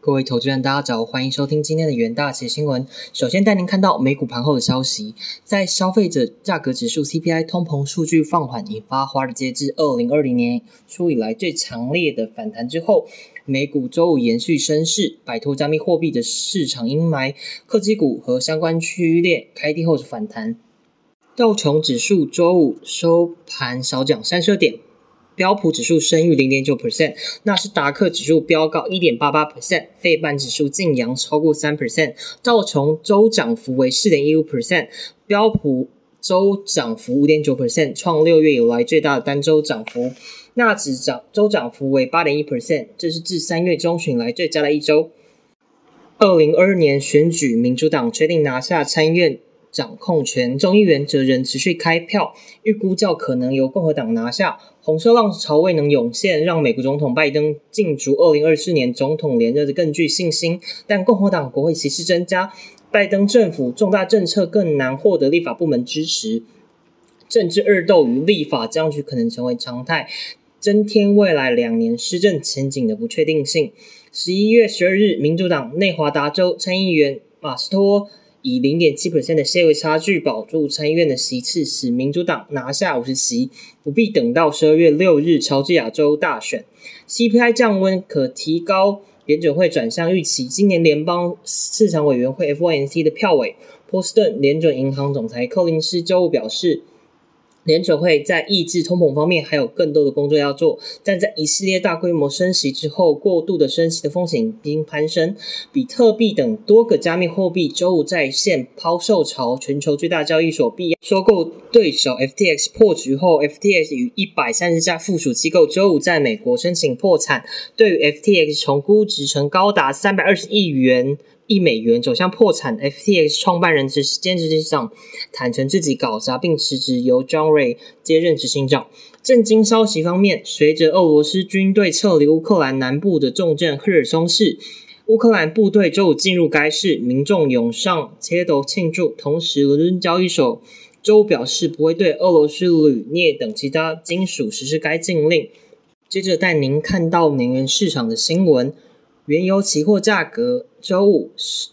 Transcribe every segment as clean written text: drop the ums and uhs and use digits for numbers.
各位投资人大家早，欢迎收听今天的元大奇新闻。首先带您看到美股盘后的消息，在消费者价格指数 CPI 通膨数据放缓，引发华尔街自2020年初以来最强烈的反弹之后，美股周五延续升势，摆脱加密货币的市场阴霾，科技股和相关区域链开低后的反弹。道琼指数周五收盘小涨32点，标普指数升逾 0.9%， 纳斯达克指数飙高 1.88%， 费半指数净扬超过 3%， 道琼周涨幅为 4.15%， 标普周涨幅 5.9%， 创6月以来最大的单周涨幅，纳指周涨幅为 8.1%， 这是自3月中旬来最佳的一周。2022年选举，民主党确定拿下参议院掌控权，众议员则仍持续开票，预估较可能由共和党拿下。红色浪潮未能涌现，让美国总统拜登竞逐2024年总统连任的更具信心，但共和党国会席次增加，拜登政府重大政策更难获得立法部门支持，政治恶斗与立法僵局可能成为常态，增添未来2年施政前景的不确定性。11月12日，民主党内华达州参议员马斯托以 0.7% 的些微差距保住参议院的席次，使民主党拿下50席，不必等到12月6日乔治亚州大选。 CPI 降温可提高联准会转向预期。今年联邦市场委员会 FOMC 的票委波士顿联准银行总裁寇林斯周五表示，联准会在抑制通膨方面还有更多的工作要做，但在一系列大规模升息之后，过度的升息的风险已经攀升。比特币等多个加密货币周五再现抛售潮，全球最大交易所币收购对手 FTX 破局后， FTX 与130家附属机构周五在美国申请破产，对于 FTX 从估值曾高达320亿美元走向破产， FTX 创办人兼执行长坦诚自己搞砸，并辞职，由 John Ray 接任执行长。震惊消息方面，随着俄罗斯军队撤离乌克兰南部的重镇赫尔松市，乌克兰部队周五进入该市，民众涌上街头庆祝。同时，伦敦交易所周五表示不会对俄罗斯铝、镍等其他金属实施该禁令。接着带您看到能源市场的新闻。原油期货价格周五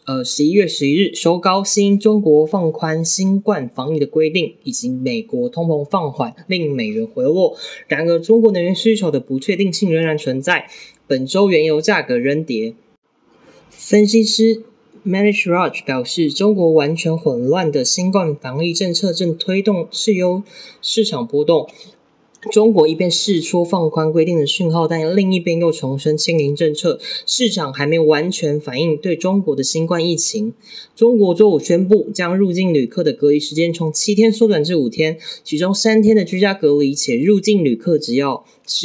11月11日收高，因中国放宽新冠防疫的规定，以及美国通膨放缓令美元回落。然而，中国能源需求的不确定性仍然存在，本周原油价格仍跌。分析师 Manish Raj 表示，中国完全混乱的新冠防疫政策正推动石油市场波动。中国一边释出放宽规定的讯号，但另一边又重申清零政策，市场还没完全反映对中国的新冠疫情。中国周五宣布将入境旅客的隔离时间从7天缩短至5天，其中3天的居家隔离，且入境旅客只有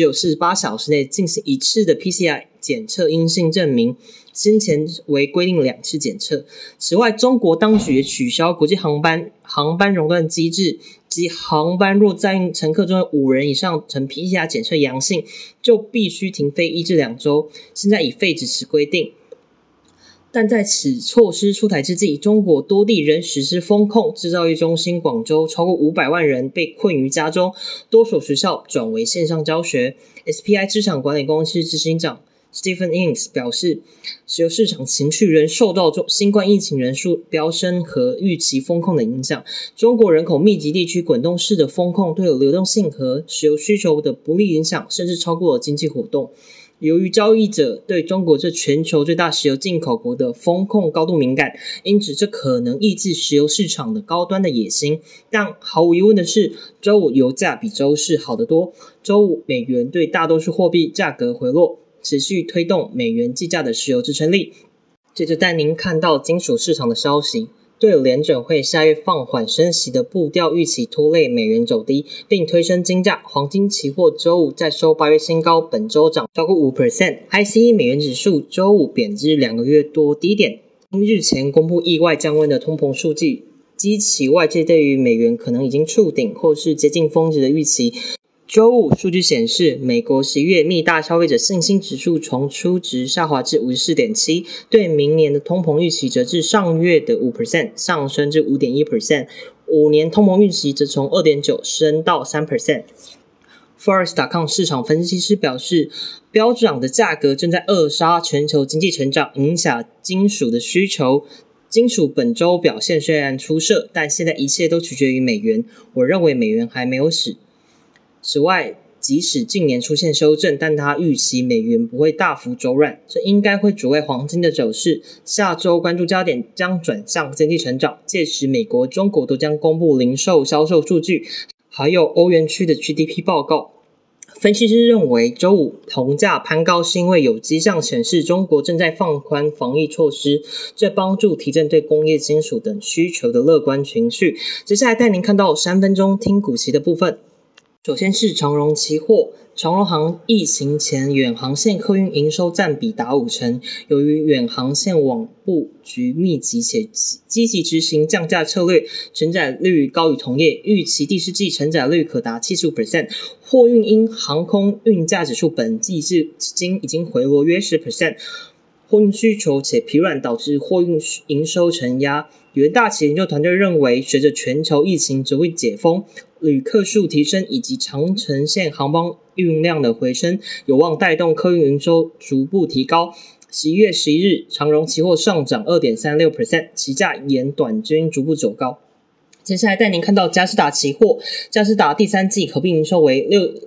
48小时内进行1次的 PCR 检测阴性证明，先前为规定2次检测。此外，中国当局也取消国际航班熔断机制，即航班若载运乘客中有5人以上呈 PCR 检测阳性，就必须停飞1至2周，现在已废止此规定。但在此措施出台之际，中国多地仍实施封控，制造业中心广州超过500万人被困于家中，多所学校转为线上教学。 SPI 资产管理公司执行长Stephen Ince 表示，石油市场情绪仍受到新冠疫情人数飙升和预期封控的影响。中国人口密集地区滚动式的封控对流动性和石油需求的不利影响，甚至超过了经济活动。由于交易者对中国这全球最大石油进口国的封控高度敏感，因此这可能抑制石油市场的高端的野心。但毫无疑问的是，周五油价比周四好得多。周五美元对大多数货币价格回落，持续推动美元计价的石油支撑力。接着带您看到金属市场的消息。对联准会下月放缓升息的步调预期拖累美元走低，并推升金价。黄金期货周五再收8月新高，本周涨超过 5%。ICE 美元指数周五贬至2个月多低点，因日前公布意外降温的通膨数据，激起外界对于美元可能已经触顶或是接近峰值的预期。周五数据显示，美国11月密大消费者信心指数从初值下滑至 54.7， 对明年的通膨预期则至上月的 5% 上升至 5.1%， 5年通膨预期则从 2.9 升到 3%。 Forex.com 市场分析师表示，飙涨的价格正在扼杀全球经济成长，影响金属的需求。金属本周表现虽然出色，但现在一切都取决于美元。我认为美元还没有死。此外，即使近年出现修正，但他预期美元不会大幅走软，这应该会阻碍黄金的走势。下周关注焦点将转向经济成长，届时美国、中国都将公布零售销售数据，还有欧元区的 GDP 报告。分析师认为，周五铜价攀高是因为有迹象显示中国正在放宽防疫措施，这帮助提振对工业金属等需求的乐观情绪。接下来带您看到3分钟听股息的部分。首先是长荣期货，长荣航疫情前远航线客运营收占比达50%，由于远航线网布局密集且积极执行降价策略，承载率高于同业，预期第四季承载率可达 75%。货运因航空运价指数本季至今已经回落约 10%， 货运需求且疲软导致货运营收承压。元大期研究团队认为，随着全球疫情逐步解封，旅客数提升以及长程线航班运量的回升，有望带动客运营收逐步提高。11月11日，长荣期货上涨 2.36%， 期价沿短均逐步走高。接下来带您看到佳士达期货，佳士达第三季合并营收为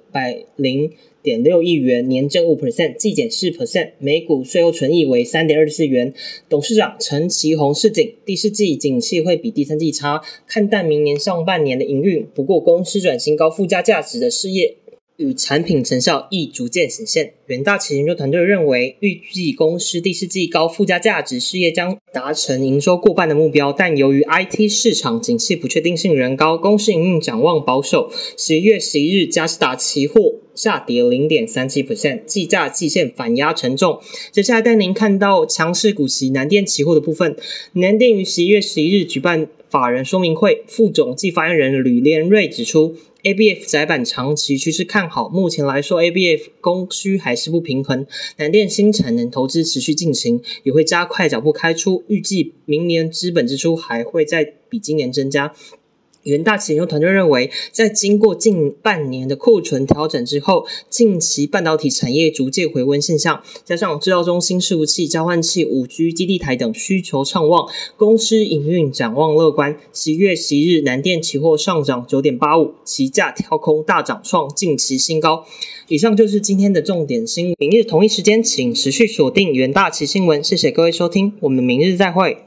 600.6亿元，年增 5%， 季减 4%， 每股税后纯益为 3.24 元。董事长陈其宏示警，第四季景气会比第三季差，看淡明年上半年的营运。不过公司转型高附加价值的事业与产品成效亦逐渐显现。元大期研究团队认为，预计公司第四季高附加价值事业将达成营收过半的目标，但由于 IT 市场景气不确定性仍高，公司营运展望保守。11月11日，佳士达期货下跌 0.37%， 计价季线反压沉重。接下来带您看到强势股息南电期货的部分。南电于11月11日举办法人说明会，副总暨发言人吕连瑞指出， ABF 载板长期趋势看好，目前来说 ABF 供需还是不平衡，南电新产能投资持续进行，也会加快脚步开出，预计明年资本支出还会再比今年增加。元大期研究团队认为，在经过近半年的库存调整之后，近期半导体产业逐渐回温现象，加上制造中心伺服器、交换器、5G 基地台等需求畅旺，公司营运展望乐观。11月11日，南电期货上涨 9.85%， 期价跳空大涨创近期新高。以上就是今天的重点新闻，明日同一时间请持续锁定元大期新闻。谢谢各位收听，我们明日再会。